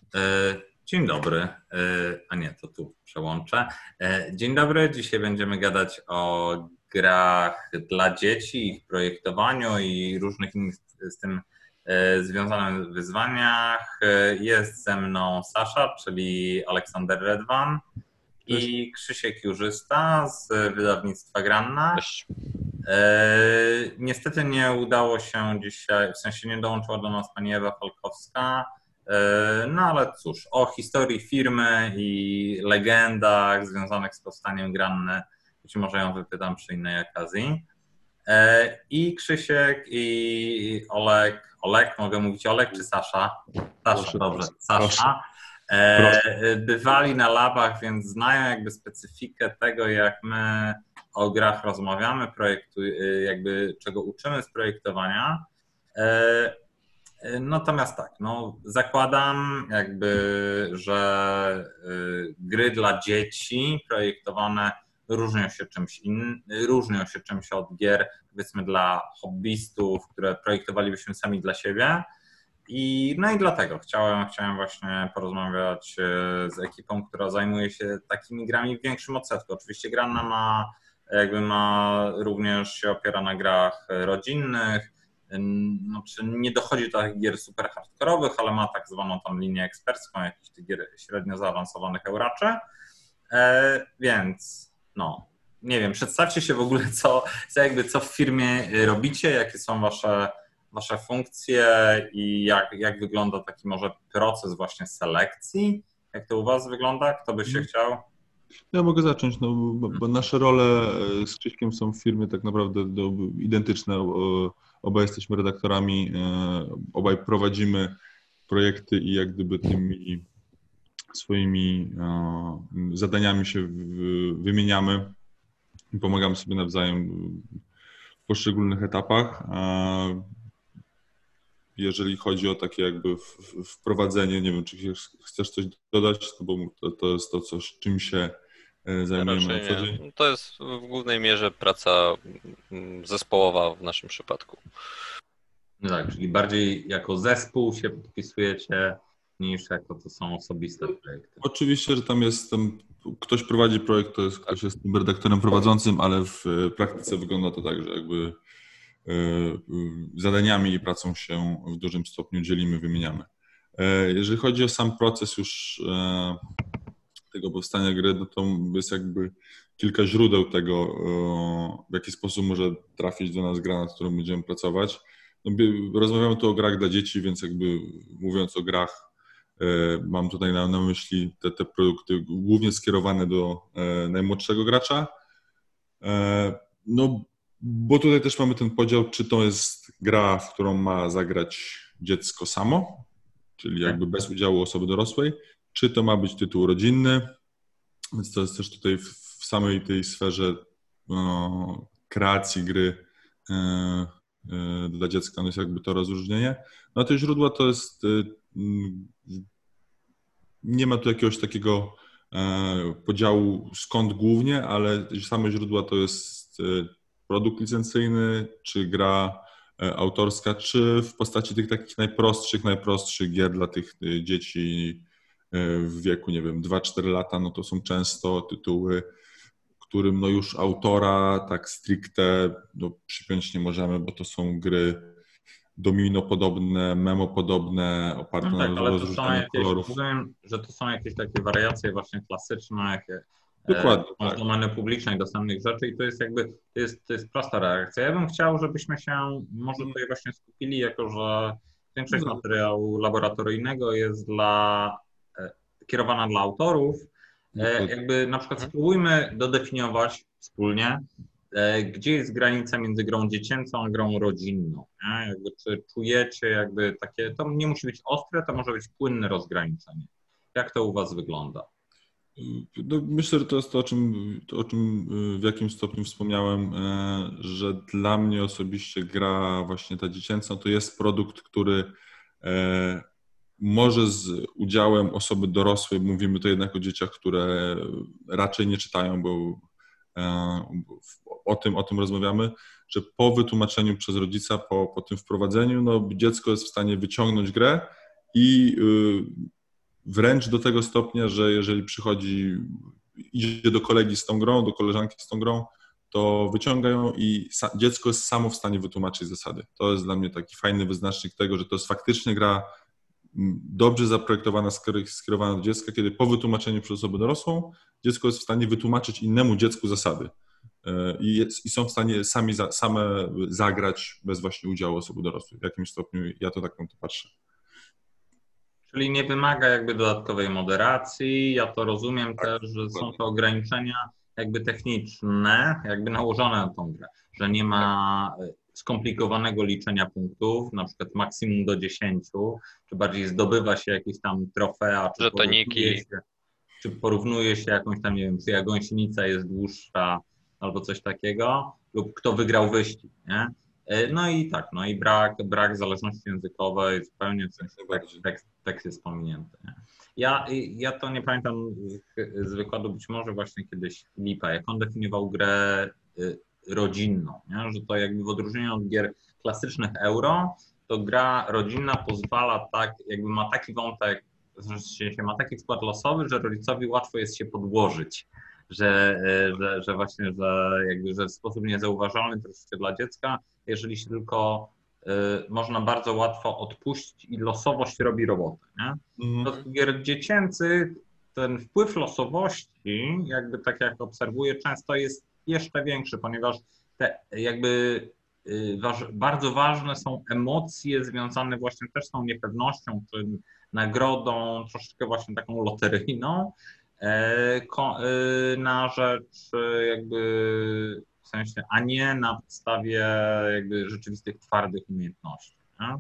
Dzień dobry. A nie, to tu przełączę. Dzień dobry. Dzisiaj będziemy gadać o grach dla dzieci, ich projektowaniu i różnych innych z tym związanych wyzwaniach. Jest ze mną Sasza, czyli Aleksander Redwan Cześć. i Krzysiek Jurzysta z wydawnictwa Granna. Cześć. Niestety nie udało się dzisiaj, w sensie nie dołączyła do nas pani Ewa Falkowska, no ale cóż, o historii firmy i legendach związanych z powstaniem Granny być może ją wypytam przy innej okazji. I Krzysiek i Olek, mogę mówić Olek czy Sasza? Sasza, dobrze, Sasza. Bywali na labach, więc znają jakby specyfikę tego, jak my o grach rozmawiamy, jakby czego uczymy z projektowania. Natomiast tak, no, zakładam jakby, że gry dla dzieci projektowane różnią się czymś od gier, powiedzmy, dla hobbystów, które projektowalibyśmy sami dla siebie. No i dlatego chciałem właśnie porozmawiać z ekipą, która zajmuje się takimi grami w większym odsetku. Oczywiście Granna również się opiera na grach rodzinnych. Znaczy nie dochodzi do takich gier super hardkorowych, ale ma tak zwaną tam linię ekspercką, jakichś tych gier średnio zaawansowanych euraczy. Więc no, nie wiem, przedstawcie się w ogóle, co w firmie robicie, jakie są wasze funkcje i jak wygląda taki może proces właśnie selekcji? Jak to u was wygląda? Kto by się chciał? Ja mogę zacząć, no, bo nasze role z Krzyśkiem są w firmie tak naprawdę identyczne. Obaj jesteśmy redaktorami, obaj prowadzimy projekty i jak gdyby tymi swoimi zadaniami się wymieniamy i pomagamy sobie nawzajem w poszczególnych etapach. Jeżeli chodzi o takie jakby wprowadzenie, nie wiem, czy chcesz coś dodać, bo to jest to, czym się zajmujemy na co dzień. To jest w głównej mierze praca zespołowa w naszym przypadku. No tak, czyli bardziej jako zespół się podpisujecie niż jako to są osobiste projekty. Oczywiście, że tam ktoś prowadzi projekt, ktoś jest tym redaktorem prowadzącym, ale w praktyce wygląda to tak, że jakby zadaniami i pracą się w dużym stopniu dzielimy, wymieniamy. Jeżeli chodzi o sam proces już tego powstania gry, no to jest jakby kilka źródeł tego, w jaki sposób może trafić do nas gra, nad którą będziemy pracować. No, rozmawiamy tu o grach dla dzieci, więc jakby mówiąc o grach, mam tutaj na myśli te produkty głównie skierowane do najmłodszego gracza. No, bo tutaj też mamy ten podział, czy to jest gra, w którą ma zagrać dziecko samo, czyli jakby bez udziału osoby dorosłej, czy to ma być tytuł rodzinny, więc to jest też tutaj w samej tej sferze kreacji gry dla dziecka, no jest jakby to rozróżnienie. No a te źródła to jest, nie ma tu jakiegoś takiego podziału skąd głównie, ale same źródła to jest produkt licencyjny, czy gra autorska, czy w postaci tych takich najprostszych gier dla tych dzieci w wieku, nie wiem, 2-4 lata, no to są często tytuły, którym no już autora tak stricte przypiąć nie możemy, bo to są gry domino-podobne, memo-podobne, oparte na rozróżnianiu kolorów. Rozumiem, że to są jakieś takie wariacje właśnie klasyczne, dokładnie, z domeny publicznej dostępnych rzeczy i to jest jakby, to jest prosta reakcja. Ja bym chciał, żebyśmy się może tutaj właśnie skupili, jako że większość materiału laboratoryjnego jest kierowana dla autorów. Jakby na przykład spróbujmy dodefiniować wspólnie, gdzie jest granica między grą dziecięcą a grą rodzinną. Nie? Jakby, czy czujecie jakby takie, to nie musi być ostre, to może być płynne rozgraniczenie. Jak to u was wygląda? No, myślę, że to jest to, o czym w jakimś stopniu wspomniałem, że dla mnie osobiście gra właśnie ta dziecięca to jest produkt, który może z udziałem osoby dorosłej, mówimy to jednak o dzieciach, które raczej nie czytają, bo o tym rozmawiamy, że po wytłumaczeniu przez rodzica, po tym wprowadzeniu, no, dziecko jest w stanie wyciągnąć grę i wręcz do tego stopnia, że jeżeli idzie do kolegi z tą grą, do koleżanki z tą grą, to wyciąga ją i dziecko jest samo w stanie wytłumaczyć zasady. To jest dla mnie taki fajny wyznacznik tego, że to jest faktycznie gra dobrze zaprojektowana, skierowana do dziecka, kiedy po wytłumaczeniu przez osobę dorosłą dziecko jest w stanie wytłumaczyć innemu dziecku zasady i są w stanie same zagrać bez właśnie udziału osoby dorosłej. W jakimś stopniu ja to tak na to patrzę. Czyli nie wymaga jakby dodatkowej moderacji. Ja to rozumiem też, że są to ograniczenia jakby techniczne, jakby nałożone na tą grę, że nie ma skomplikowanego liczenia punktów, na przykład maksimum do 10, czy bardziej zdobywa się jakieś tam trofea, czy porównuje się jakąś tam, nie wiem, czy gąsienica jest dłuższa albo coś takiego, lub kto wygrał wyścig, nie? No i tak, no i brak zależności językowej, zupełnie w sensie tekst jest pominięty. Nie? Ja to nie pamiętam z wykładu, być może właśnie kiedyś Filipa, jak on definiował grę rodzinną, nie? Że to jakby w odróżnieniu od gier klasycznych euro, to gra rodzinna pozwala tak, jakby ma taki wątek, że ma taki skład losowy, że rodzicowi łatwo jest się podłożyć, że właśnie, że w sposób niezauważalny troszeczkę dla dziecka, jeżeli się tylko można bardzo łatwo odpuścić i losowość robi robotę. Nie? Do gier dziecięcych ten wpływ losowości, jakby tak jak obserwuję, często jest jeszcze większy, ponieważ bardzo ważne są emocje związane właśnie też z tą niepewnością, czy nagrodą, troszeczkę właśnie taką loteryjną, na rzecz jakby w sensie, a nie na podstawie jakby rzeczywistych twardych umiejętności. Nie?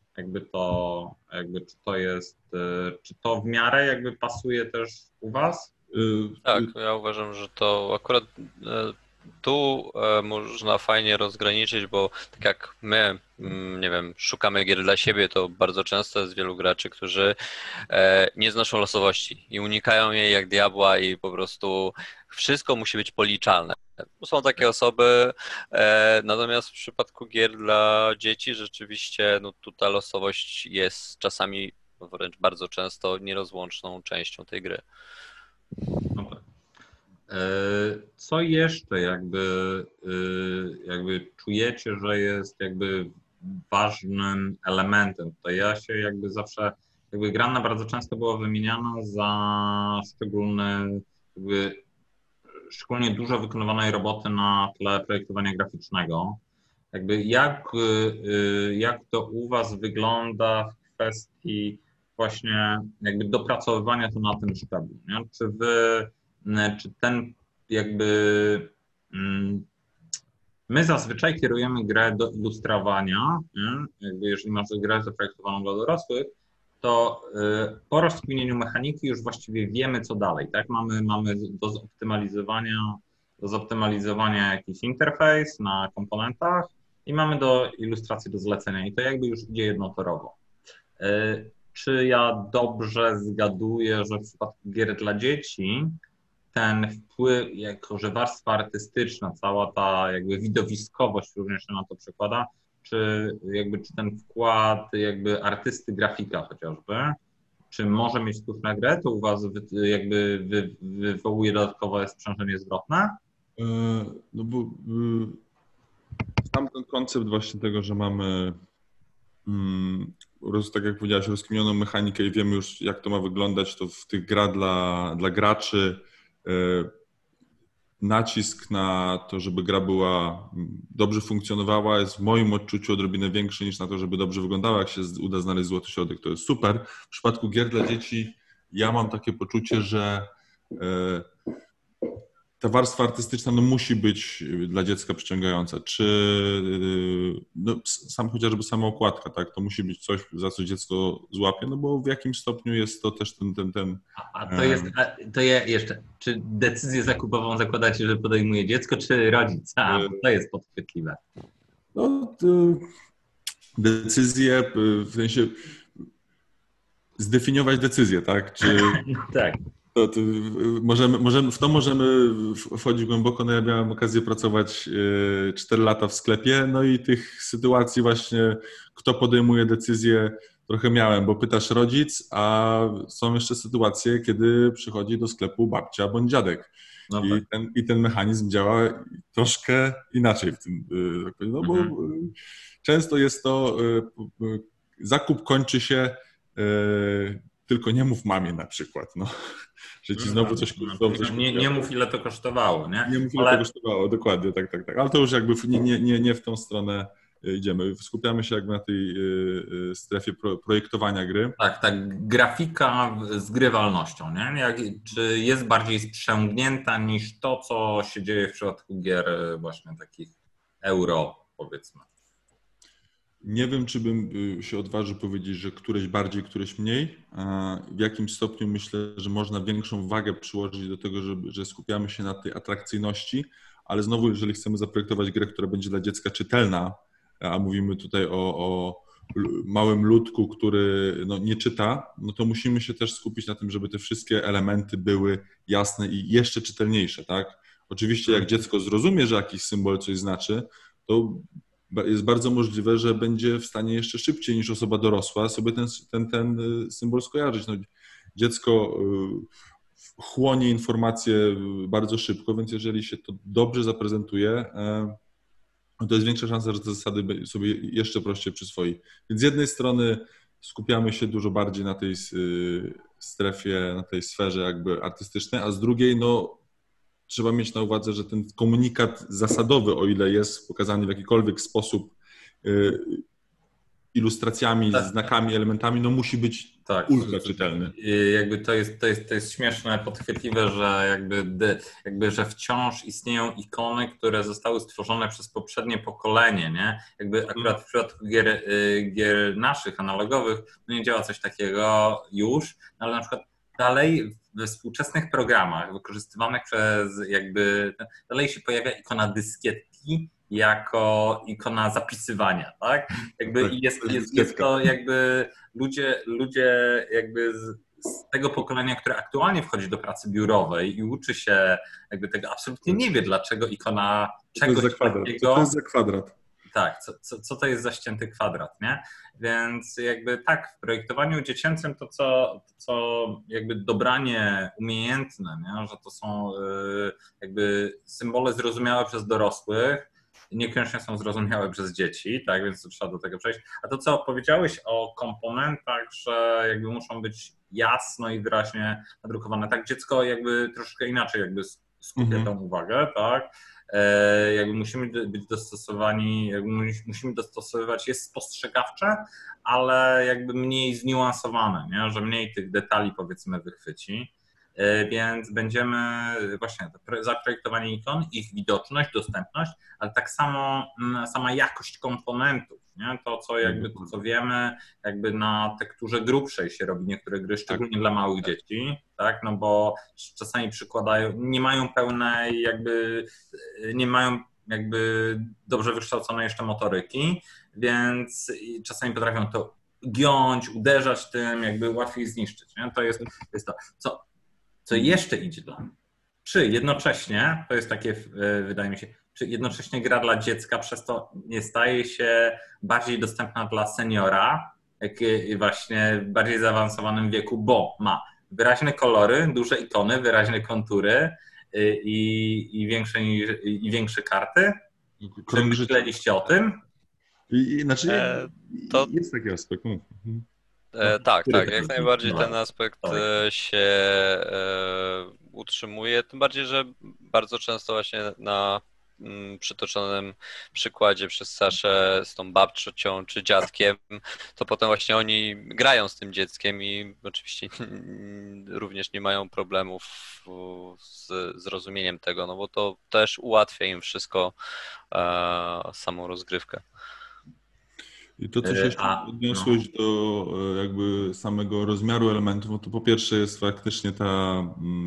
Czy to w miarę jakby pasuje też u was? Tak, ja uważam, że to akurat tu można fajnie rozgraniczyć, bo tak jak my, nie wiem, szukamy gier dla siebie, to bardzo często jest wielu graczy, którzy nie znoszą losowości i unikają jej jak diabła i po prostu wszystko musi być policzalne. Są takie osoby, natomiast w przypadku gier dla dzieci rzeczywiście no, tu ta losowość jest czasami, wręcz bardzo często nierozłączną częścią tej gry. No tak. Co jeszcze jakby czujecie, że jest jakby ważnym elementem? To ja się jakby zawsze, jakby grana bardzo często była wymieniana za szczególnie dużo wykonywanej roboty na tle projektowania graficznego. Jakby jak to u was wygląda w kwestii właśnie jakby dopracowywania to na tym szczeblu, nie? Czy ten jakby my zazwyczaj kierujemy grę do ilustrowania, nie? Jakby jeżeli masz grę zaprojektowaną dla dorosłych, to po rozkminieniu mechaniki już właściwie wiemy, co dalej, tak? Mamy do zoptymalizowania jakiś interfejs na komponentach i mamy do ilustracji do zlecenia i to jakby już idzie jednotorowo. Czy ja dobrze zgaduję, że w przypadku gier dla dzieci ten wpływ, jako że warstwa artystyczna, cała ta jakby widowiskowość również się na to przekłada, czy ten wkład jakby artysty, grafika chociażby, czy może mieć wpływ na grę, to u was jakby wywołuje dodatkowe sprzężenie zwrotne? No bo sam ten koncept właśnie tego, że mamy tak jak powiedziałeś, rozkminioną mechanikę i wiemy już, jak to ma wyglądać, to w tych gra dla graczy nacisk na to, żeby gra dobrze funkcjonowała, jest w moim odczuciu odrobinę większy niż na to, żeby dobrze wyglądała. Jak się uda znaleźć złoty środek, to jest super. W przypadku gier dla dzieci ja mam takie poczucie, że ta warstwa artystyczna musi być dla dziecka przyciągająca. Chociażby sama okładka, tak? To musi być coś, za co dziecko złapie, no bo w jakimś stopniu jest to też ten... To ja jeszcze, czy decyzję zakupową zakładacie, że podejmuje dziecko, czy rodzic? To jest podchwytliwe. No, decyzję, w sensie zdefiniować decyzję, tak? Tak. Możemy wchodzić głęboko. No ja miałem okazję pracować 4 lata w sklepie, no i tych sytuacji właśnie, kto podejmuje decyzję, Trochę miałem, bo pytasz rodzic, a są jeszcze sytuacje, kiedy przychodzi do sklepu babcia bądź dziadek. No I, tak. i ten mechanizm działa troszkę inaczej w tym, no bo często jest to, zakup kończy się, tylko nie mów mamie na przykład, no, że ci znowu coś nie mów, ile to kosztowało, nie? Nie mów, ile to kosztowało, dokładnie, tak. Ale to już jakby nie w tą stronę idziemy. Skupiamy się jakby na tej strefie projektowania gry. Tak, grafika z grywalnością, nie? Czy jest bardziej sprzęgnięta niż to, co się dzieje w przypadku gier właśnie takich euro, powiedzmy? Nie wiem, czy bym się odważył powiedzieć, że któreś bardziej, któreś mniej. W jakim stopniu myślę, że można większą wagę przyłożyć do tego, że skupiamy się na tej atrakcyjności, ale znowu, jeżeli chcemy zaprojektować grę, która będzie dla dziecka czytelna, a mówimy tutaj o małym ludku, który nie czyta, no to musimy się też skupić na tym, żeby te wszystkie elementy były jasne i jeszcze czytelniejsze, tak? Oczywiście jak dziecko zrozumie, że jakiś symbol coś znaczy, to jest bardzo możliwe, że będzie w stanie jeszcze szybciej niż osoba dorosła sobie ten symbol skojarzyć. No, dziecko chłonie informacje bardzo szybko, więc jeżeli się to dobrze zaprezentuje, to jest większa szansa, że te zasady sobie jeszcze prościej przyswoi. Więc z jednej strony skupiamy się dużo bardziej na tej strefie, na tej sferze jakby artystycznej, a z drugiej trzeba mieć na uwadze, że ten komunikat zasadowy, o ile jest pokazany w jakikolwiek sposób ilustracjami, znakami, elementami, musi być ultra czytelny. Jakby to jest śmieszne, podchwytliwe, że że wciąż istnieją ikony, które zostały stworzone przez poprzednie pokolenie, nie? Jakby akurat w przypadku gier naszych, analogowych, nie działa coś takiego już, ale na przykład dalej we współczesnych programach wykorzystywanych dalej się pojawia ikona dyskietki jako ikona zapisywania, tak? Jest to ludzie z tego pokolenia, które aktualnie wchodzi do pracy biurowej i uczy się tego, absolutnie nie wie, dlaczego ikona czegoś takiego... Co to jest za kwadrat? Tak, co to jest za ścięty kwadrat, nie? Więc w projektowaniu dziecięcym to co dobranie umiejętne, nie? Że to są symbole zrozumiałe przez dorosłych, niekoniecznie są zrozumiałe przez dzieci, tak, więc to trzeba do tego przejść. A to, co powiedziałeś o komponentach, że muszą być jasno i wyraźnie nadrukowane, tak, dziecko troszkę inaczej skupia tą uwagę, tak, musimy być dostosowani, musimy dostosowywać, jest spostrzegawcze, ale mniej zniuansowane, nie? Że mniej tych detali powiedzmy wychwyci, więc będziemy właśnie zaprojektowanie ikon, ich widoczność, dostępność, ale tak samo sama jakość komponentów, nie? To co wiemy, na tekturze grubszej się robi niektóre gry, szczególnie dla małych dzieci, tak? No bo czasami nie mają pełnej nie mają dobrze wykształconej jeszcze motoryki, więc czasami potrafią to giąć, uderzać tym, łatwiej zniszczyć, nie? To jest to. Co jeszcze idzie dla mnie? Jednocześnie, to jest takie, wydaje mi się, jednocześnie gra dla dziecka przez to nie staje się bardziej dostępna dla seniora, właśnie w bardziej zaawansowanym wieku, bo ma wyraźne kolory, duże ikony, wyraźne kontury i większe karty. Czy myśleliście o tym? Jest taki aspekt. Tak, jak najbardziej ten aspekt się utrzymuje, tym bardziej, że bardzo często właśnie na przytoczonym przykładzie przez Saszę z tą babcią czy dziadkiem, to potem właśnie oni grają z tym dzieckiem i oczywiście również nie mają problemów z zrozumieniem tego, no bo to też ułatwia im wszystko, samą rozgrywkę. I to, co się jeszcze odniosłeś do samego rozmiaru elementów, no to po pierwsze jest faktycznie ta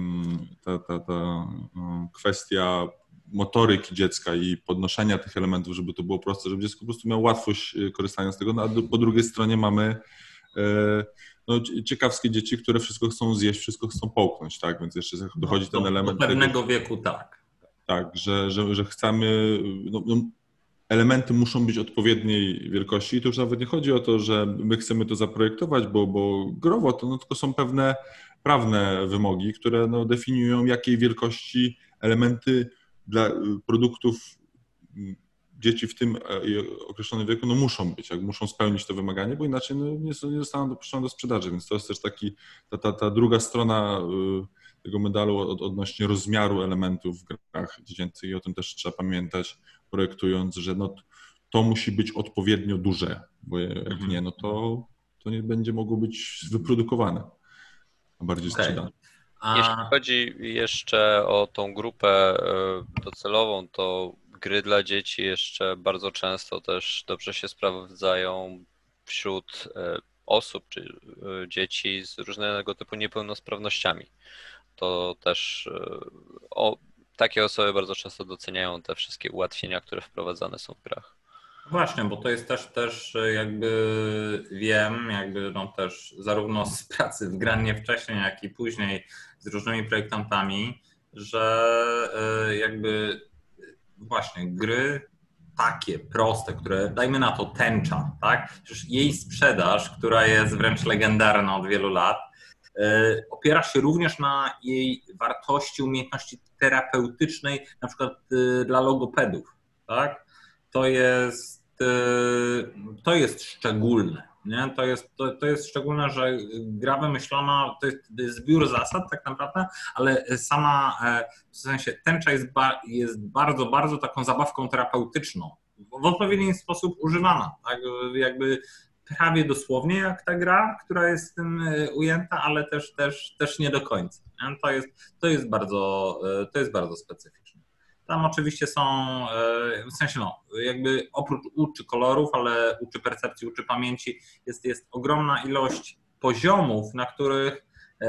kwestia motoryki dziecka i podnoszenia tych elementów, żeby to było proste, żeby dziecko po prostu miało łatwość korzystania z tego, a po drugiej stronie mamy ciekawskie dzieci, które wszystko chcą zjeść, wszystko chcą połknąć, tak, więc jeszcze dochodzi ten element... Do pewnego wieku tak. Tak, że chcemy... elementy muszą być odpowiedniej wielkości i to już nawet nie chodzi o to, że my chcemy to zaprojektować, bo growo to tylko są pewne prawne wymogi, które definiują, jakiej wielkości elementy dla produktów dzieci w tym określonym wieku muszą być, muszą spełnić to wymaganie, bo inaczej nie zostaną dopuszczone do sprzedaży, więc to jest też ta druga strona tego medalu odnośnie rozmiaru elementów w grach dziecięcych i o tym też trzeba pamiętać, projektując, że to musi być odpowiednio duże, bo jak nie, to nie będzie mogło być wyprodukowane, a bardziej sprzedane. Jeśli chodzi jeszcze o tą grupę docelową, to gry dla dzieci jeszcze bardzo często też dobrze się sprawdzają wśród osób czy dzieci z różnego typu niepełnosprawnościami. To też takie osoby bardzo często doceniają te wszystkie ułatwienia, które wprowadzane są w grach. Właśnie, bo to jest też jakby wiem, też zarówno z pracy w granie wcześniej, jak i później z różnymi projektantami, że jakby właśnie gry takie proste, które dajmy na to tęcza, tak? Przecież jej sprzedaż, która jest wręcz legendarna od wielu lat, opiera się również na jej wartości, umiejętności terapeutycznej, na przykład dla logopedów, tak? To jest szczególne. Nie? To jest szczególne, że gra wymyślona, to jest zbiór zasad tak naprawdę, ale sama, w sensie tęcza jest bardzo, bardzo taką zabawką terapeutyczną, w odpowiedni sposób używana, tak? Jakby prawie dosłownie jak ta gra, która jest w tym ujęta, ale też nie do końca. Nie? To jest bardzo specyficzne. Tam oczywiście są, w sensie jakby oprócz uczy kolorów, ale uczy percepcji, uczy pamięci, jest ogromna ilość poziomów, na których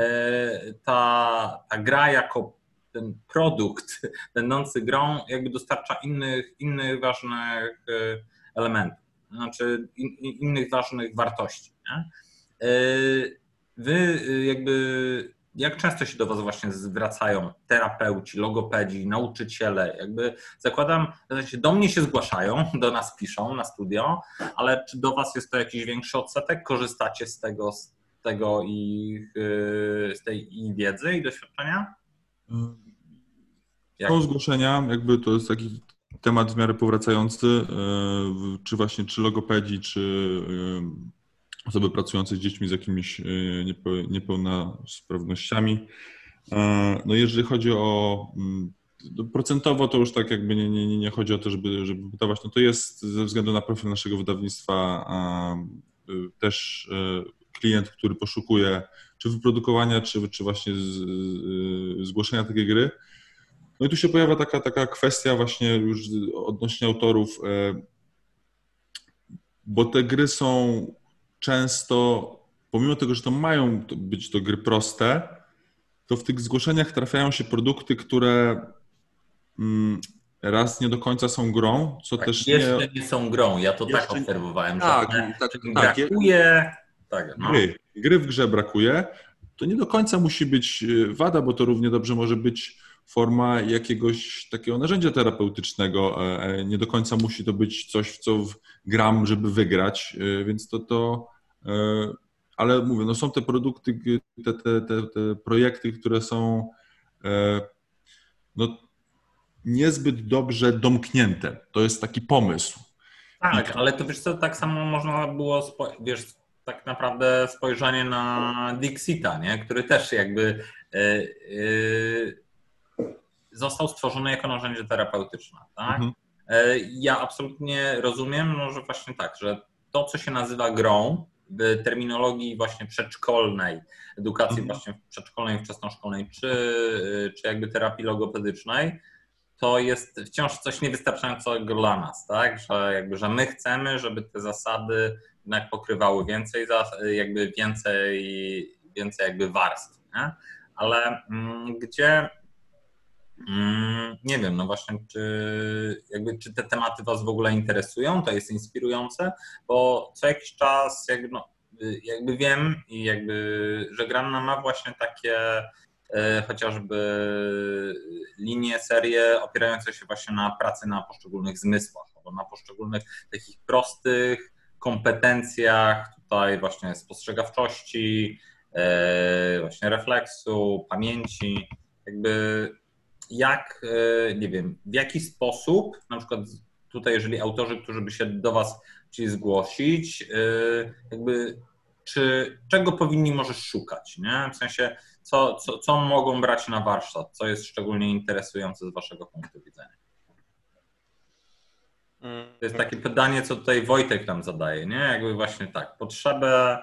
ta gra jako ten produkt będący grą jakby dostarcza innych ważnych elementów, znaczy innych ważnych wartości. Nie? Wy jakby jak często się do was właśnie zwracają terapeuci, logopedzi, nauczyciele? Jakby zakładam, że do mnie się zgłaszają, do nas piszą na studio, ale czy do was jest to jakiś większy odsetek? Korzystacie z tego i z tej ich wiedzy i doświadczenia? Są zgłoszenia, jakby to jest taki temat w miarę powracający, czy logopedzi, czy osoby pracujące z dziećmi z jakimiś niepełnosprawnościami. No jeżeli chodzi o procentowo, to już tak jakby nie chodzi o to, żeby wydawać, to jest ze względu na profil naszego wydawnictwa też klient, który poszukuje czy wyprodukowania, czy właśnie zgłoszenia takiej gry. No i tu się pojawia taka kwestia właśnie już odnośnie autorów, bo te gry są często, pomimo tego, że to mają być to gry proste, to w tych zgłoszeniach trafiają się produkty, które raz nie do końca są grą, co tak, też jeszcze nie są grą. Ja to tak obserwowałem, tak, że brakuje. Gry w grze brakuje. To nie do końca musi być wada, bo to równie dobrze może być forma jakiegoś takiego narzędzia terapeutycznego. Nie do końca musi to być coś, w co gram, żeby wygrać, więc ale mówię, są te produkty, te projekty, które są niezbyt dobrze domknięte. To jest taki pomysł. Tak, ale to wiesz co, tak samo można było, tak naprawdę spojrzenie na Dixita, nie? Który też jakby został stworzony jako narzędzie terapeutyczne. Tak? Ja absolutnie rozumiem, że właśnie tak, że to, co się nazywa grą w terminologii właśnie przedszkolnej, edukacji właśnie przedszkolnej, wczesnoszkolnej, czy jakby terapii logopedycznej, to jest wciąż coś niewystarczającego dla nas, tak? Że my chcemy, żeby te zasady jednak pokrywały więcej jakby warstw, nie? Ale gdzie nie wiem, właśnie czy te tematy was w ogóle interesują, to jest inspirujące, bo co jakiś czas jakby wiem i że Granna ma właśnie takie chociażby linie, serie opierające się właśnie na pracy na poszczególnych zmysłach. albo na poszczególnych takich prostych kompetencjach tutaj właśnie spostrzegawczości, właśnie refleksu, pamięci, jakby jak, nie wiem, w jaki sposób, na przykład tutaj jeżeli autorzy, którzy by się do Was chcieli zgłosić, jakby czego powinni może szukać, nie? W sensie co mogą brać na warsztat, co jest szczególnie interesujące z Waszego punktu widzenia? To jest takie pytanie, co tutaj Wojtek nam zadaje, nie? Jakby właśnie tak, potrzebę,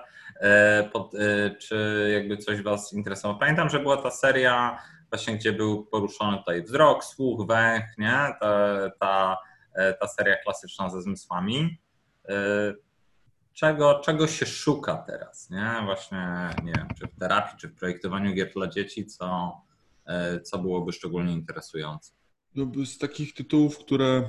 czy jakby coś Was interesowało. Pamiętam, że była ta seria właśnie, gdzie był poruszony tutaj wzrok, słuch, węch, nie? Ta seria klasyczna ze zmysłami. Czego się szuka teraz, nie? Właśnie, nie wiem, czy w terapii, czy w projektowaniu gier dla dzieci, co byłoby szczególnie interesujące? No, z takich tytułów, które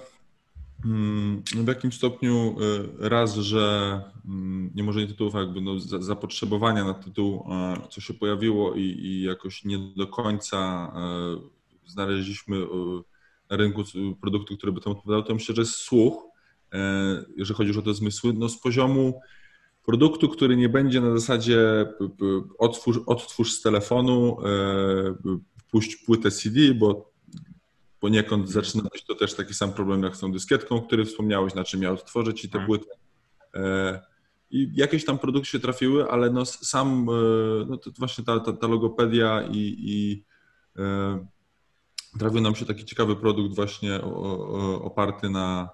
w jakimś stopniu raz, że nie może nie tytułów, jakby zapotrzebowania na tytuł, co się pojawiło i jakoś nie do końca znaleźliśmy na rynku produktu, który by tam odpowiadał, to myślę, że jest słuch, jeżeli chodzi już o te zmysły, no z poziomu produktu, który nie będzie na zasadzie odtwórz z telefonu, puść płytę CD, bo poniekąd zaczyna być to też taki sam problem jak z tą dyskietką, o której wspomniałeś, na czym miał odtworzyć i te płyty. I jakieś tam produkty się trafiły, ale no sam, no to właśnie ta logopedia i trafił nam się taki ciekawy produkt właśnie oparty na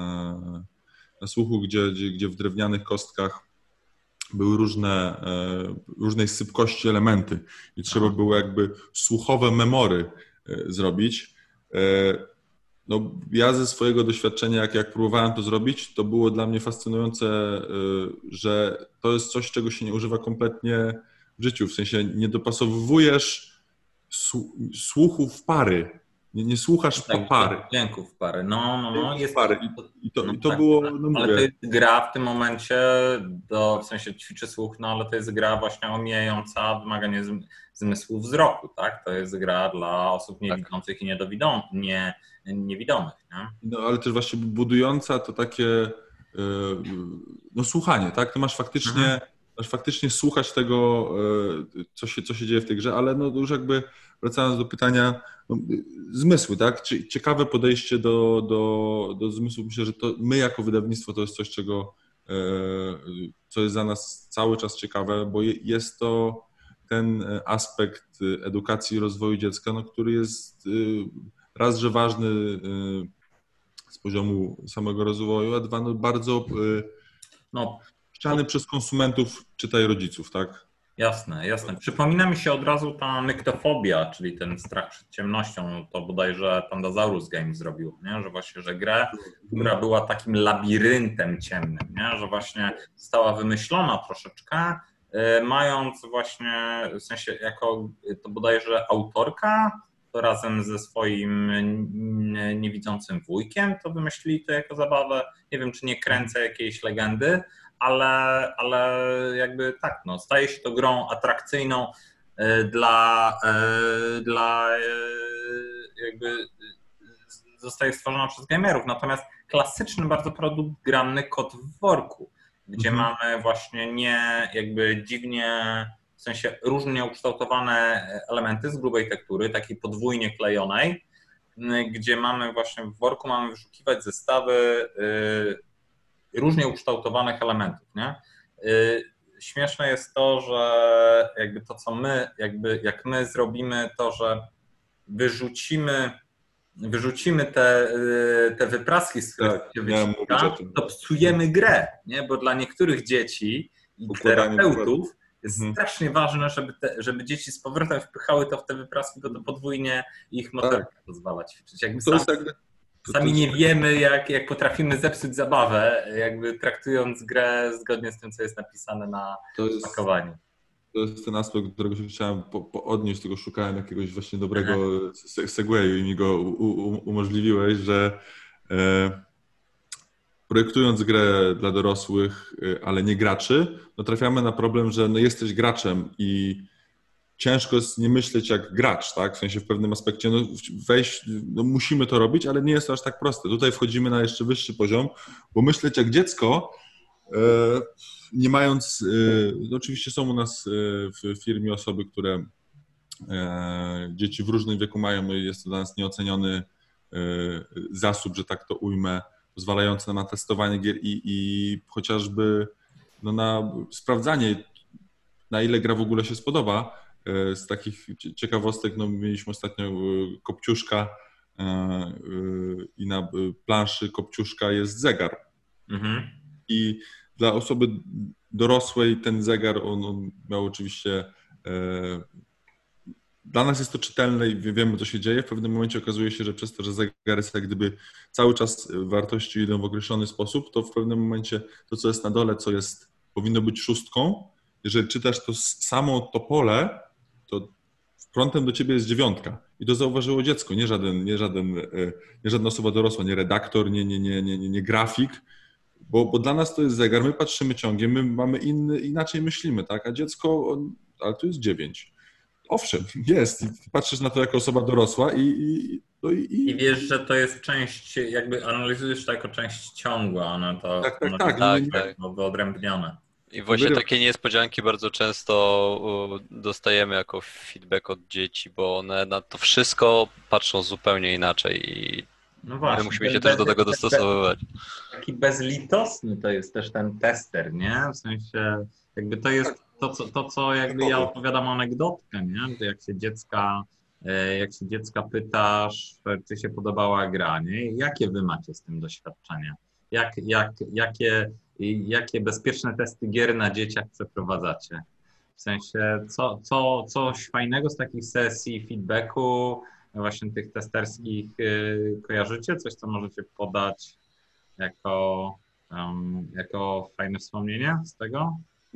słuchu, gdzie w drewnianych kostkach były różnej sypkości elementy i trzeba było jakby słuchowe memory zrobić. No, ja ze swojego doświadczenia, jak próbowałem to zrobić, to było dla mnie fascynujące, że to jest coś, czego się nie używa kompletnie w życiu. W sensie nie dopasowujesz słuchu w pary. Nie słuchasz pary. Dźwięków pary. No. Jest pary. I to tak, było... Tak. No ale mówię, to jest gra w tym momencie, w sensie ćwiczy słuch, no ale to jest gra właśnie omijająca wymaganie zmysłu wzroku, tak? To jest gra dla osób niewidzących i niewidomych, nie? No ale też właśnie budująca to takie no słuchanie, tak? Ty masz faktycznie słuchać tego, co się dzieje w tej grze, ale no już jakby wracając do pytania, no, zmysły, tak? Ciekawe podejście do zmysłów. Myślę, że to my jako wydawnictwo to jest coś, co jest za nas cały czas ciekawe, bo jest to ten aspekt edukacji i rozwoju dziecka, no, który jest raz, że ważny z poziomu samego rozwoju, a dwa, no, bardzo chciany przez konsumentów, czytaj rodziców, tak? Jasne. Przypomina mi się od razu ta nyktofobia, czyli ten strach przed ciemnością. To bodajże Pandasaurus Games zrobił, nie? Że właśnie, że grę, która była takim labiryntem ciemnym, nie? Że właśnie została wymyślona troszeczkę, mając właśnie, w sensie jako to bodajże autorka, to razem ze swoim niewidzącym wujkiem to wymyślili to jako zabawę. Nie wiem, czy nie kręcę jakiejś legendy, ale jakby tak, no, staje się to grą atrakcyjną dla jakby zostaje stworzona przez gamerów. Natomiast klasyczny bardzo produkt grany kot w worku, gdzie mamy właśnie nie jakby dziwnie, w sensie różnie ukształtowane elementy z grubej tektury, takiej podwójnie klejonej, gdzie mamy właśnie w worku mamy wyszukiwać zestawy różnie ukształtowanych elementów, nie? Śmieszne jest to, że jakby to, co my, jakby jak my zrobimy to, że wyrzucimy te wypraski, z których się wyciska, to psujemy grę, nie? Bo dla niektórych dzieci i terapeutów jest strasznie ważne, żeby dzieci z powrotem wpychały to w te wypraski, bo to podwójnie ich motorykę pozwala ćwiczyć. Jakby sami nie wiemy, jak potrafimy zepsuć zabawę, jakby traktując grę zgodnie z tym, co jest napisane na pakowaniu. To jest ten aspekt, do którego się chciałem odnieść, tylko szukałem jakiegoś właśnie dobrego segwayu i mi go umożliwiłeś, że projektując grę dla dorosłych, ale nie graczy, no trafiamy na problem, że no jesteś graczem i ciężko jest nie myśleć jak gracz, tak? W sensie w pewnym aspekcie, no wejść, no musimy to robić, ale nie jest to aż tak proste. Tutaj wchodzimy na jeszcze wyższy poziom, bo myśleć jak dziecko, nie mając, oczywiście są u nas w firmie osoby, które dzieci w różnym wieku mają i jest to dla nas nieoceniony zasób, że tak to ujmę, pozwalający na testowanie gier i chociażby no, na sprawdzanie, na ile gra w ogóle się spodoba. Z takich ciekawostek, no, mieliśmy ostatnio Kopciuszka i na planszy Kopciuszka jest zegar. Mhm. I dla osoby dorosłej ten zegar, on miał oczywiście... Dla nas jest to czytelne i wiemy, co się dzieje. W pewnym momencie okazuje się, że przez to, że zegar jest jak gdyby cały czas wartości idą w określony sposób, to w pewnym momencie to, co jest na dole, co jest, powinno być szóstką. Jeżeli czytasz to samo to pole, to frontem do ciebie jest 9. I to zauważyło dziecko, nie żadna osoba dorosła, nie redaktor, nie grafik, bo dla nas to jest zegar, my patrzymy ciągiem, my mamy inaczej myślimy, tak? A dziecko, ale to jest 9. Owszem, jest. I patrzysz na to jako osoba dorosła i wiesz, że to jest część, jakby analizujesz to jako część ciągła, one to tak. wyodrębnione. I właśnie takie niespodzianki bardzo często dostajemy jako feedback od dzieci, bo one na to wszystko patrzą zupełnie inaczej i no właśnie, my musimy się też do tego dostosowywać. Taki bezlitosny to jest też ten tester, nie? W sensie jakby to jest to, co jakby ja opowiadam anegdotkę, nie? Jak się dziecka pytasz, czy się podobała gra, nie? Jakie wy macie z tym doświadczenie? Jakie bezpieczne testy gier na dzieciach przeprowadzacie? W sensie, coś fajnego z takich sesji feedbacku, właśnie tych testerskich kojarzycie? Coś, co możecie podać jako fajne wspomnienie z tego?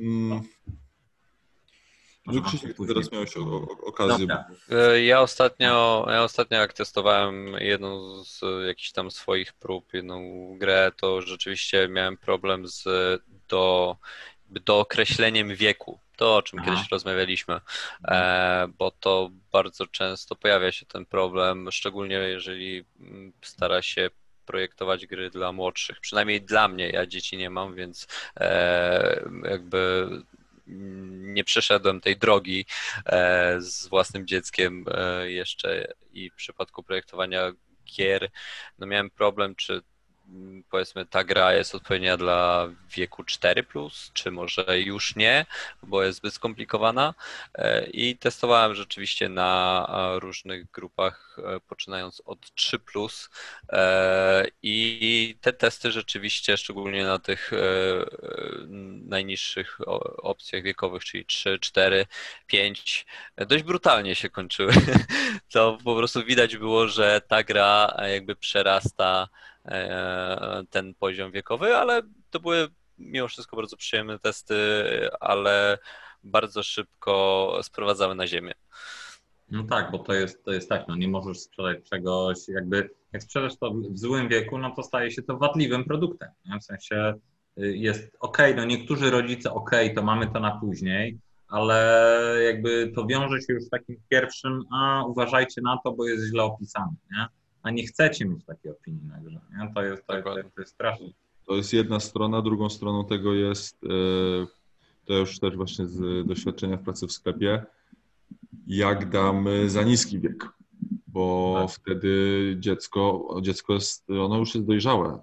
Krzysiek, teraz miałeś okazję. Ja ostatnio jak testowałem jedną z jakichś tam swoich prób, jedną grę, to rzeczywiście miałem problem z dookreśleniem wieku. To, o czym kiedyś rozmawialiśmy, bo to bardzo często pojawia się ten problem, szczególnie jeżeli stara się projektować gry dla młodszych. Przynajmniej dla mnie, ja dzieci nie mam, więc jakby nie przeszedłem tej drogi z własnym dzieckiem jeszcze i w przypadku projektowania gier no miałem problem, czy powiedzmy ta gra jest odpowiednia dla wieku 4+, czy może już nie, bo jest zbyt skomplikowana i testowałem rzeczywiście na różnych grupach, poczynając od 3+, i te testy rzeczywiście, szczególnie na tych najniższych opcjach wiekowych, czyli 3, 4, 5, dość brutalnie się kończyły. To po prostu widać było, że ta gra jakby przerasta ten poziom wiekowy, ale to były mimo wszystko bardzo przyjemne testy, ale bardzo szybko sprowadzały na ziemię. No tak, bo to jest tak, no nie możesz sprzedać czegoś, jakby jak sprzedasz to w złym wieku, no to staje się to wadliwym produktem, nie? W sensie jest no niektórzy rodzice to mamy to na później, ale jakby to wiąże się już z takim pierwszym, uważajcie na to, bo jest źle opisane, nie? A nie chcecie mieć takiej opinii na grze, nie? To jest straszne. To jest jedna strona, drugą stroną tego jest, to już też właśnie z doświadczenia w pracy w sklepie, jak damy za niski wiek, bo tak. Wtedy dziecko jest, ono już jest dojrzałe,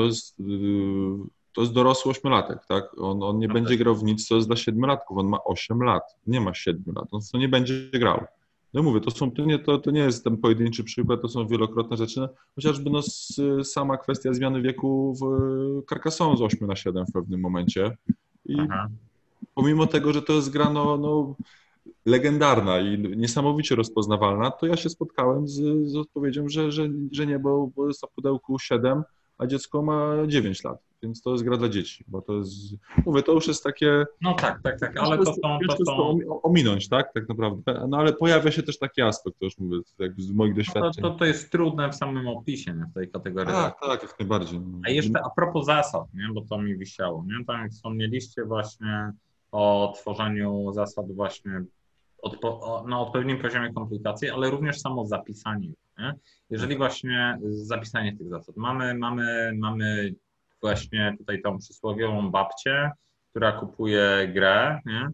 to jest dorosły 8-latek, tak? On nie będzie grał w nic, co jest dla 7-latków, on ma 8 lat, nie ma 7 lat, on w to nie będzie grał. No mówię, to nie jest ten pojedynczy przykład, to są wielokrotne rzeczy, chociażby sama kwestia zmiany wieku w Carcassonne z 8 na 7 w pewnym momencie. I pomimo tego, że to jest gra legendarna i niesamowicie rozpoznawalna, to ja się spotkałem z odpowiedzią, że nie, bo jest na pudełku 7, a dziecko ma 9 lat, więc to jest gra dla dzieci, bo to jest, mówię, to już jest takie... No tak, ale to są... ominąć, tak naprawdę, no ale pojawia się też taki aspekt, to już mówię, jakby z moich doświadczeń. To jest trudne w samym opisie, nie, w tej kategorii. Tak, jak najbardziej. A jeszcze a propos zasad, nie, bo to mi wisiało, nie, tam jak wspomnieliście właśnie o tworzeniu zasad właśnie na odpowiednim poziomie komplikacji, ale również samo zapisanie. Nie? Jeżeli właśnie zapisanie tych zasad. Mamy właśnie tutaj tą przysłowiową babcię, która kupuje grę, nie?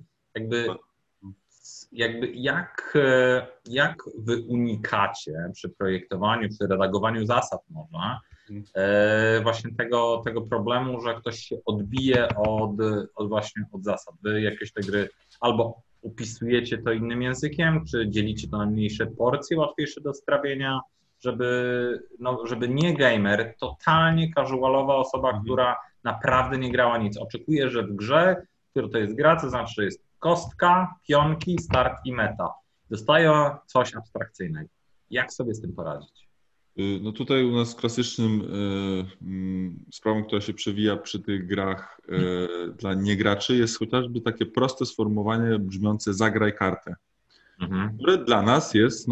Jakby jak wy unikacie przy projektowaniu, przy redagowaniu zasad może właśnie tego problemu, że ktoś się odbije od zasad. Wy jakieś te gry albo upisujecie to innym językiem, czy dzielicie to na mniejsze porcje, łatwiejsze do strawienia, żeby nie gamer, totalnie casualowa osoba, która naprawdę nie grała nic, oczekuje, że w grze, która to jest gra, to znaczy, że jest kostka, pionki, start i meta. Dostaje coś abstrakcyjnego. Jak sobie z tym poradzić? No tutaj u nas klasycznym sprawą, która się przewija przy tych grach dla niegraczy, jest chociażby takie proste sformułowanie brzmiące zagraj kartę, które dla nas jest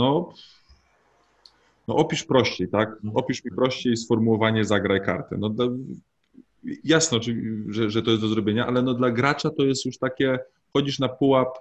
opisz prościej, tak? Opisz mi prościej sformułowanie zagraj kartę. Jasno, że to jest do zrobienia, ale dla gracza to jest już takie, chodzisz na pułap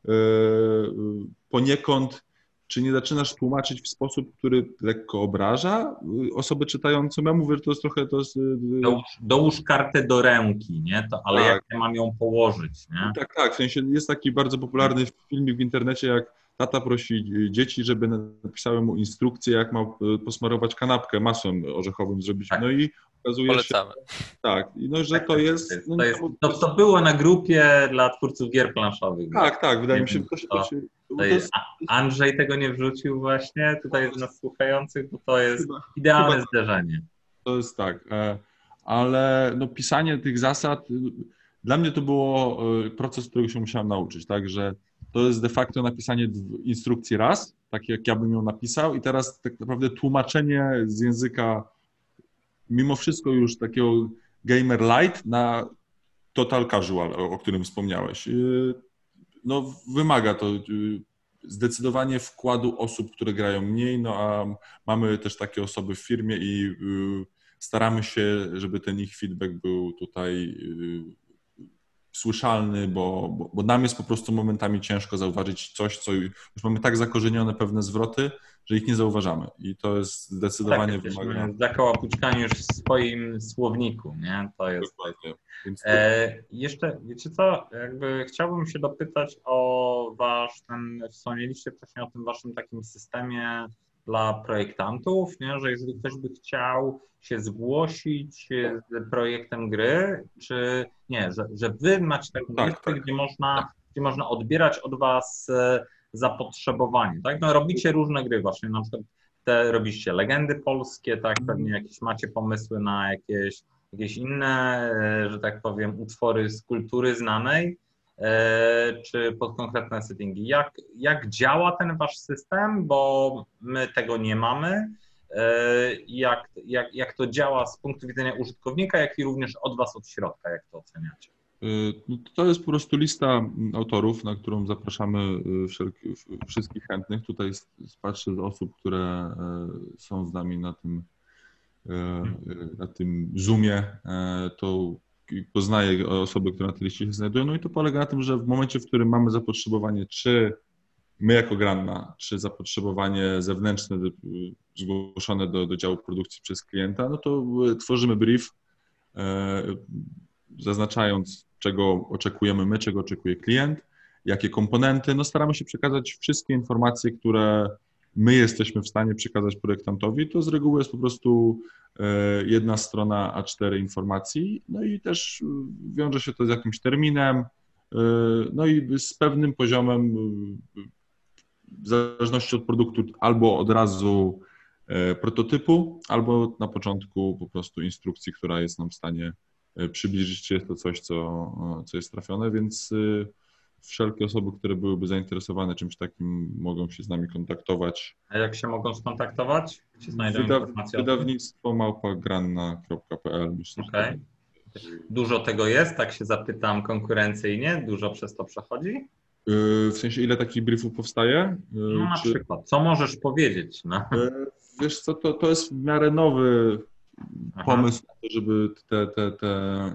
poniekąd, czy nie zaczynasz tłumaczyć w sposób, który lekko obraża osobę czytającą. Ja mówię, że to jest trochę... Dołóż kartę do ręki, nie? Ale tak. Jak ja mam ją położyć, nie? Tak. W sensie jest taki bardzo popularny filmik w internecie, jak tata prosi dzieci, żeby napisały mu instrukcję, jak ma posmarować kanapkę masłem orzechowym zrobić. Tak. No i okazuje Polecamy. się... Tak. Że to jest... To było na grupie dla twórców gier planszowych. Tak. Wydaje mi się, Andrzej tego nie wrzucił właśnie tutaj z nas słuchających, bo to jest idealne zderzenie. To jest tak. Ale pisanie tych zasad, dla mnie to było proces, którego się musiałem nauczyć, tak, że to jest de facto napisanie instrukcji raz, tak jak ja bym ją napisał i teraz tak naprawdę tłumaczenie z języka mimo wszystko już takiego gamer light na total casual, o którym wspomniałeś. Wymaga to zdecydowanie wkładu osób, które grają mniej, a mamy też takie osoby w firmie i staramy się, żeby ten ich feedback był tutaj słyszalny, bo nam jest po prostu momentami ciężko zauważyć coś, co już mamy tak zakorzenione pewne zwroty, że ich nie zauważamy. I to jest zdecydowanie wymaga... Zakołapućkanie już w swoim słowniku, nie? To jest... Jeszcze, wiecie co, chciałbym się dopytać o wspomnieliście wcześniej o tym waszym takim systemie dla projektantów, nie? Że jeżeli ktoś by chciał się zgłosić z projektem gry, czy nie, że wy macie taką listę, gdzie można odbierać od was zapotrzebowanie, tak? Robicie różne gry właśnie, na przykład robicie legendy polskie, tak? Pewnie jakieś macie pomysły na jakieś inne, że tak powiem, utwory z kultury znanej, czy pod konkretne settingi. Jak działa ten wasz system, bo my tego nie mamy, jak to działa z punktu widzenia użytkownika, jak i również od was od środka, jak to oceniacie? To jest po prostu lista autorów, na którą zapraszamy wszystkich chętnych. Tutaj patrzę z osób, które są z nami na tym Zoomie, to poznaję osoby, które na tej liście się znajdują. No i to polega na tym, że w momencie, w którym mamy zapotrzebowanie, czy my jako Granna, czy zapotrzebowanie zewnętrzne zgłoszone do działu produkcji przez klienta, no to tworzymy brief, zaznaczając, czego oczekujemy my, czego oczekuje klient, jakie komponenty. Staramy się przekazać wszystkie informacje, które my jesteśmy w stanie przekazać projektantowi. To z reguły jest po prostu jedna strona A4 informacji, i też wiąże się to z jakimś terminem, i z pewnym poziomem, w zależności od produktu, albo od razu prototypu, albo na początku po prostu instrukcji, która jest nam w stanie przybliżyć, czy jest to coś, co jest trafione, więc wszelkie osoby, które byłyby zainteresowane czymś takim, mogą się z nami kontaktować. A jak się mogą skontaktować? Gdzie znajdą informacje? Wydawnictwo @granna.pl. Okay. Dużo tego jest, tak się zapytam konkurencyjnie? Dużo przez to przechodzi? W sensie, ile takich briefów powstaje? Na przykład, co możesz powiedzieć? Wiesz co, to jest w miarę nowy pomysł na to, żeby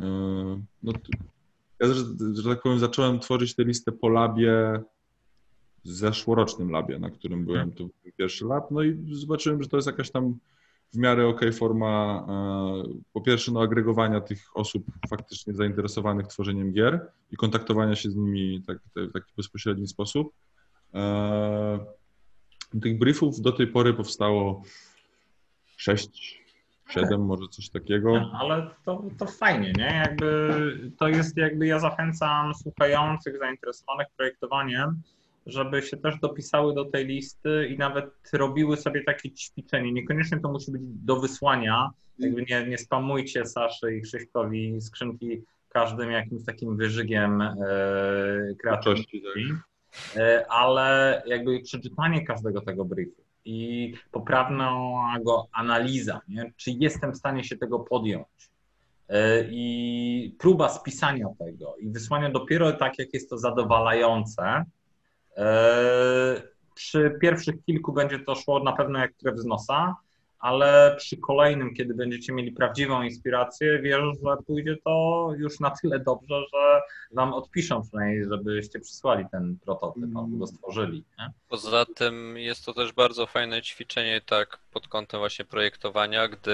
ja, że tak powiem, zacząłem tworzyć tę listę po labie zeszłorocznym labie, na którym byłem, to był pierwszy lab, no i zobaczyłem, że to jest jakaś tam w miarę okej forma, po pierwsze agregowania tych osób faktycznie zainteresowanych tworzeniem gier i kontaktowania się z nimi w taki bezpośredni sposób. Tych briefów do tej pory powstało 6, 7, może coś takiego. Ale to fajnie, nie? To jest ja zachęcam słuchających, zainteresowanych projektowaniem, żeby się też dopisały do tej listy i nawet robiły sobie takie ćwiczenie. Niekoniecznie to musi być do wysłania. Nie spamujcie Saszy i Krzyśkowi skrzynki każdym jakimś takim wyżygiem kreatywności, ale przeczytanie każdego tego briefu i poprawna go analiza, nie? Czy jestem w stanie się tego podjąć i próba spisania tego i wysłania dopiero tak, jak jest to zadowalające. Przy pierwszych kilku będzie to szło na pewno jak krew z nosa, ale przy kolejnym, kiedy będziecie mieli prawdziwą inspirację, wierzę, że pójdzie to już na tyle dobrze, że wam odpiszą przynajmniej, żebyście przysłali ten prototyp albo go stworzyli. Nie? Poza tym jest to też bardzo fajne ćwiczenie tak pod kątem właśnie projektowania, gdy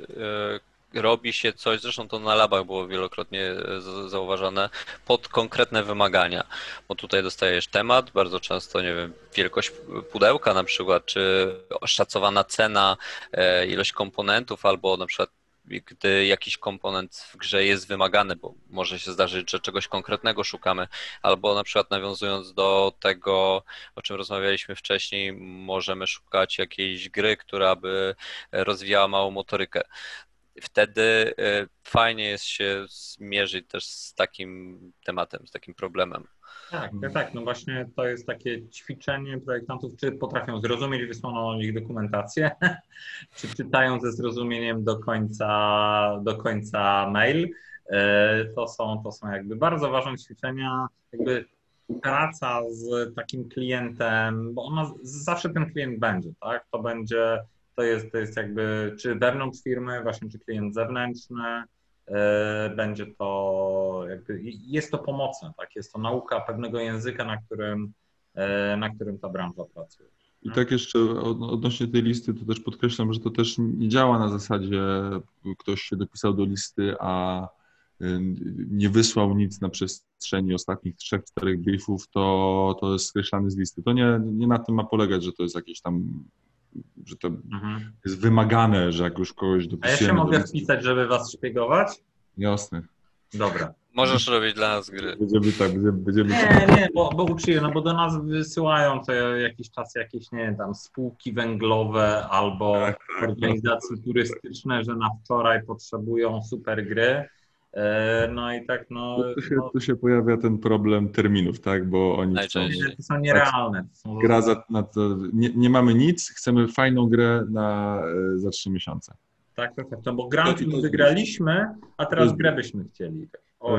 robi się coś, zresztą to na labach było wielokrotnie zauważane, pod konkretne wymagania, bo tutaj dostajesz temat, bardzo często, nie wiem, wielkość pudełka na przykład, czy oszacowana cena, ilość komponentów, albo na przykład gdy jakiś komponent w grze jest wymagany, bo może się zdarzyć, że czegoś konkretnego szukamy, albo na przykład nawiązując do tego, o czym rozmawialiśmy wcześniej, możemy szukać jakiejś gry, która by rozwijała małą motorykę. Wtedy fajnie jest się zmierzyć też z takim tematem, z takim problemem. Tak, no właśnie to jest takie ćwiczenie projektantów, czy potrafią zrozumieć wysłaną do nich dokumentację, czy czytają ze zrozumieniem do końca mail. To są bardzo ważne ćwiczenia, praca z takim klientem, bo zawsze ten klient będzie, tak? To jest czy wewnątrz firmy, właśnie czy klient zewnętrzny, będzie to jest to pomocne, tak? Jest to nauka pewnego języka, na którym ta branża pracuje. I tak jeszcze odnośnie tej listy, to też podkreślam, że to też nie działa na zasadzie ktoś się dopisał do listy, a nie wysłał nic na przestrzeni ostatnich 3-4 briefów, to jest skreślany z listy. To nie na tym ma polegać, że to jest jakieś tam, że to jest wymagane, że jak już kogoś dopisujemy. A ja się mogę wpisać, żeby was szpiegować? Jasne. Dobra. Możesz robić dla nas gry. Będziemy Nie, bo uczyję, no bo do nas wysyłają co jakiś czas jakieś, nie wiem, tam spółki węglowe albo organizacje turystyczne, że na wczoraj potrzebują super gry. No i tak, Tu się pojawia ten problem terminów, tak, bo oni chcą... To są nierealne. Gra nie mamy nic, chcemy fajną grę za 3 miesiące. Tak, no bo grant wygraliśmy, a teraz grę byśmy chcieli.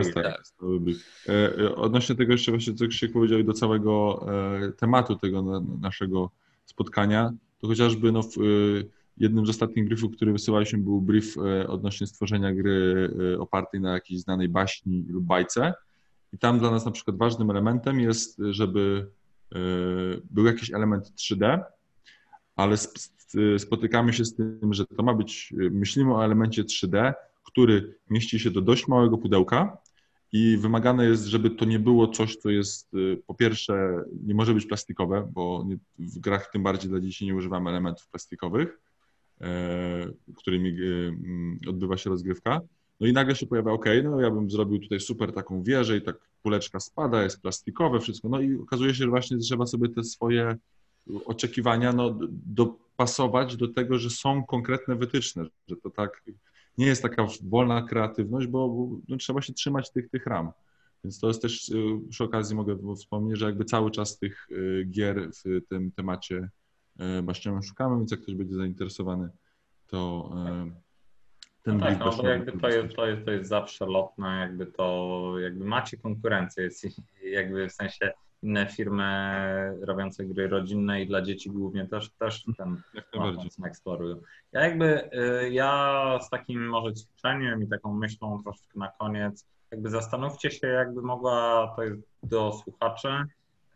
Odnośnie tego jeszcze właśnie, co Krzysiek powiedział, do całego tematu tego naszego spotkania, to chociażby jednym z ostatnich briefów, który wysyłaliśmy, był brief odnośnie stworzenia gry opartej na jakiejś znanej baśni lub bajce. I tam dla nas na przykład ważnym elementem jest, żeby był jakiś element 3D, ale spotykamy się z tym, że to ma być, myślimy o elemencie 3D, który mieści się do dość małego pudełka i wymagane jest, żeby to nie było coś, co jest, po pierwsze, nie może być plastikowe, bo w grach tym bardziej dla dzieci nie używamy elementów plastikowych, którymi odbywa się rozgrywka. No i nagle się pojawia, ja bym zrobił tutaj super taką wieżę i tak kuleczka spada, jest plastikowe, wszystko. No i okazuje się, że właśnie trzeba sobie te swoje oczekiwania dopasować do tego, że są konkretne wytyczne, że to tak nie jest taka wolna kreatywność, bo trzeba się trzymać tych ram. Więc to jest też, przy okazji mogę wspomnieć, że jakby cały czas tych gier w tym temacie baśniowym szukamy, więc jak ktoś będzie zainteresowany, to ten tak, no bo to jest zawsze lotne, macie konkurencję, w sensie inne firmy robiące gry rodzinne i dla dzieci głównie też ten mocno eksplorują. Ja z takim może ćwiczeniem i taką myślą troszeczkę na koniec, zastanówcie się, mogła, to jest do słuchaczy,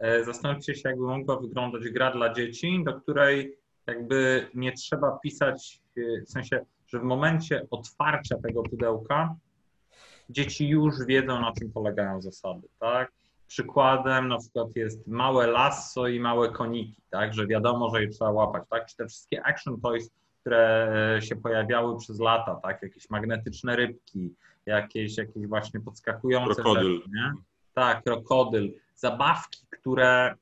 zastanówcie się, jakby mogła wyglądać gra dla dzieci, do której jakby nie trzeba pisać, w sensie, że w momencie otwarcia tego pudełka dzieci już wiedzą, na czym polegają zasady, tak? Przykładem na przykład jest małe lasso i małe koniki, tak? Że wiadomo, że je trzeba łapać, tak? Czy te wszystkie action toys, które się pojawiały przez lata, tak? Jakieś magnetyczne rybki, jakieś właśnie podskakujące Krokodyl. rzeczy, nie? Tak, krokodyl. Zabawki, które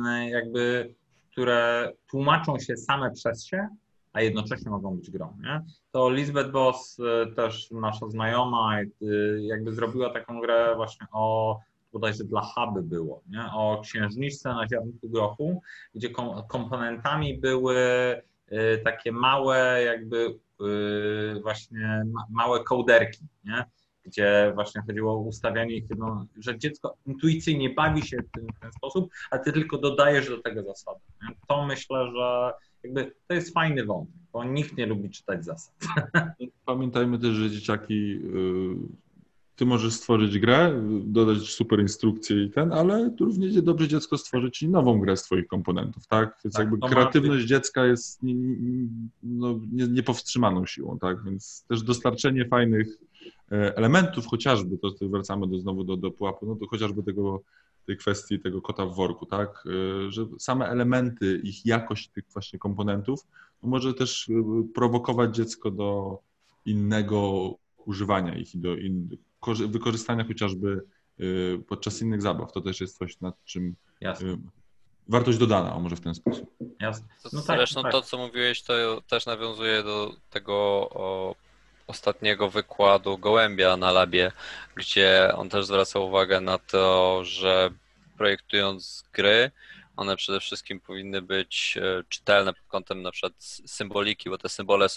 które tłumaczą się same przez się, a jednocześnie mogą być grą, nie? To Lizbeth Boss, też nasza znajoma, jakby zrobiła taką grę właśnie bodajże dla Huby było, nie? O księżniczce na ziarnku grochu, gdzie komponentami były takie małe jakby właśnie małe kołderki, nie? Gdzie właśnie chodziło o ustawianie ich, że dziecko intuicyjnie bawi się w ten sposób, a ty tylko dodajesz do tego zasady. Nie? To myślę, że jakby to jest fajny wątek, bo nikt nie lubi czytać zasad. Pamiętajmy też, że dzieciaki, ty możesz stworzyć grę, dodać super instrukcje ale równie dobrze dziecko stworzyć i nową grę z twoich komponentów, tak? Więc tak, jakby kreatywność dziecka jest niepowstrzymaną siłą, tak? Więc też dostarczenie fajnych elementów, chociażby, to wracamy znowu do pułapu, no to chociażby tej kwestii tego kota w worku, tak? Że same elementy, ich jakość tych właśnie komponentów może też prowokować dziecko do innego używania ich i do wykorzystania chociażby podczas innych zabaw. To też jest coś, nad czym wartość dodana, może w ten sposób. Jasne. No zresztą tak. To, co mówiłeś, to też nawiązuje do tego ostatniego wykładu Gołębia na labie, gdzie on też zwraca uwagę na to, że projektując gry, one przede wszystkim powinny być czytelne pod kątem na przykład symboliki, bo te symbole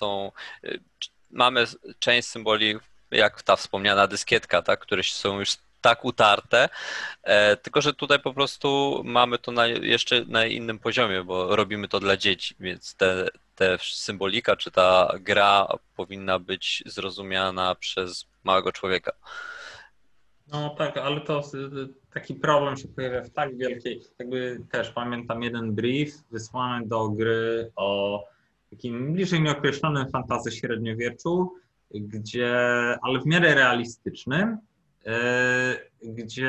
mamy część symboli, jak ta wspomniana dyskietka, tak, które są już tak utarte, tylko że tutaj po prostu mamy to jeszcze na innym poziomie, bo robimy to dla dzieci, więc te symbolika czy ta gra powinna być zrozumiana przez małego człowieka. No tak, ale to taki problem się pojawia w tak wielkiej, jakby też pamiętam jeden brief wysłany do gry o takim bliżej nieokreślonym fantasy średniowieczu, ale w miarę realistycznym, gdzie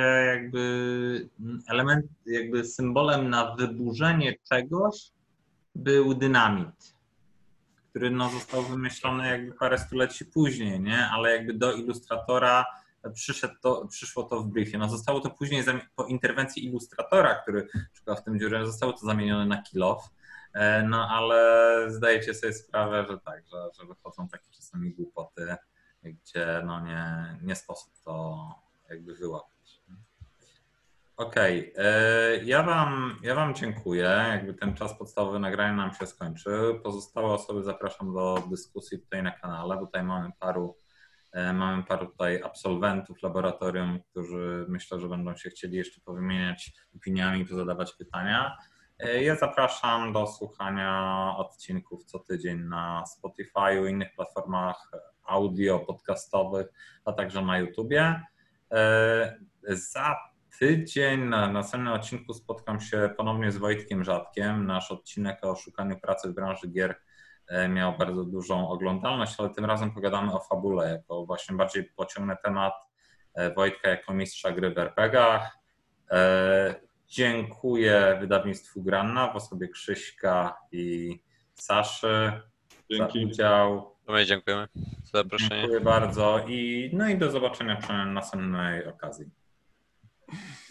jakby symbolem na wyburzenie czegoś był dynamit, który został wymyślony jakby parę stuleci później, nie? Ale jakby do ilustratora przyszło to w briefie. Zostało to później po interwencji ilustratora, który szukał w tym dziurze, zostało to zamienione na kill off. Ale zdajecie sobie sprawę, że tak, że wychodzą takie czasami głupoty, gdzie nie sposób to jakby wyłapać. Okej, ja wam dziękuję. Jakby ten czas podstawowy nagrania nam się skończył. Pozostałe osoby zapraszam do dyskusji tutaj na kanale. Tutaj mamy paru tutaj absolwentów laboratorium, którzy myślę, że będą się chcieli jeszcze powymieniać opiniami, pozadawać pytania. Ja zapraszam do słuchania odcinków co tydzień na Spotify'u, innych platformach audio, podcastowych, a także na YouTubie. Za tydzień na następnym odcinku spotkam się ponownie z Wojtkiem Rzadkiem. Nasz odcinek o szukaniu pracy w branży gier miał bardzo dużą oglądalność, ale tym razem pogadamy o fabule, jako właśnie bardziej pociągnę temat Wojtka jako mistrza gry w RPG-ach. Dziękuję wydawnictwu Granna w osobie Krzyśka i Saszy za udział. My dziękujemy za zaproszenie. Dziękuję bardzo i do zobaczenia przy następnej okazji.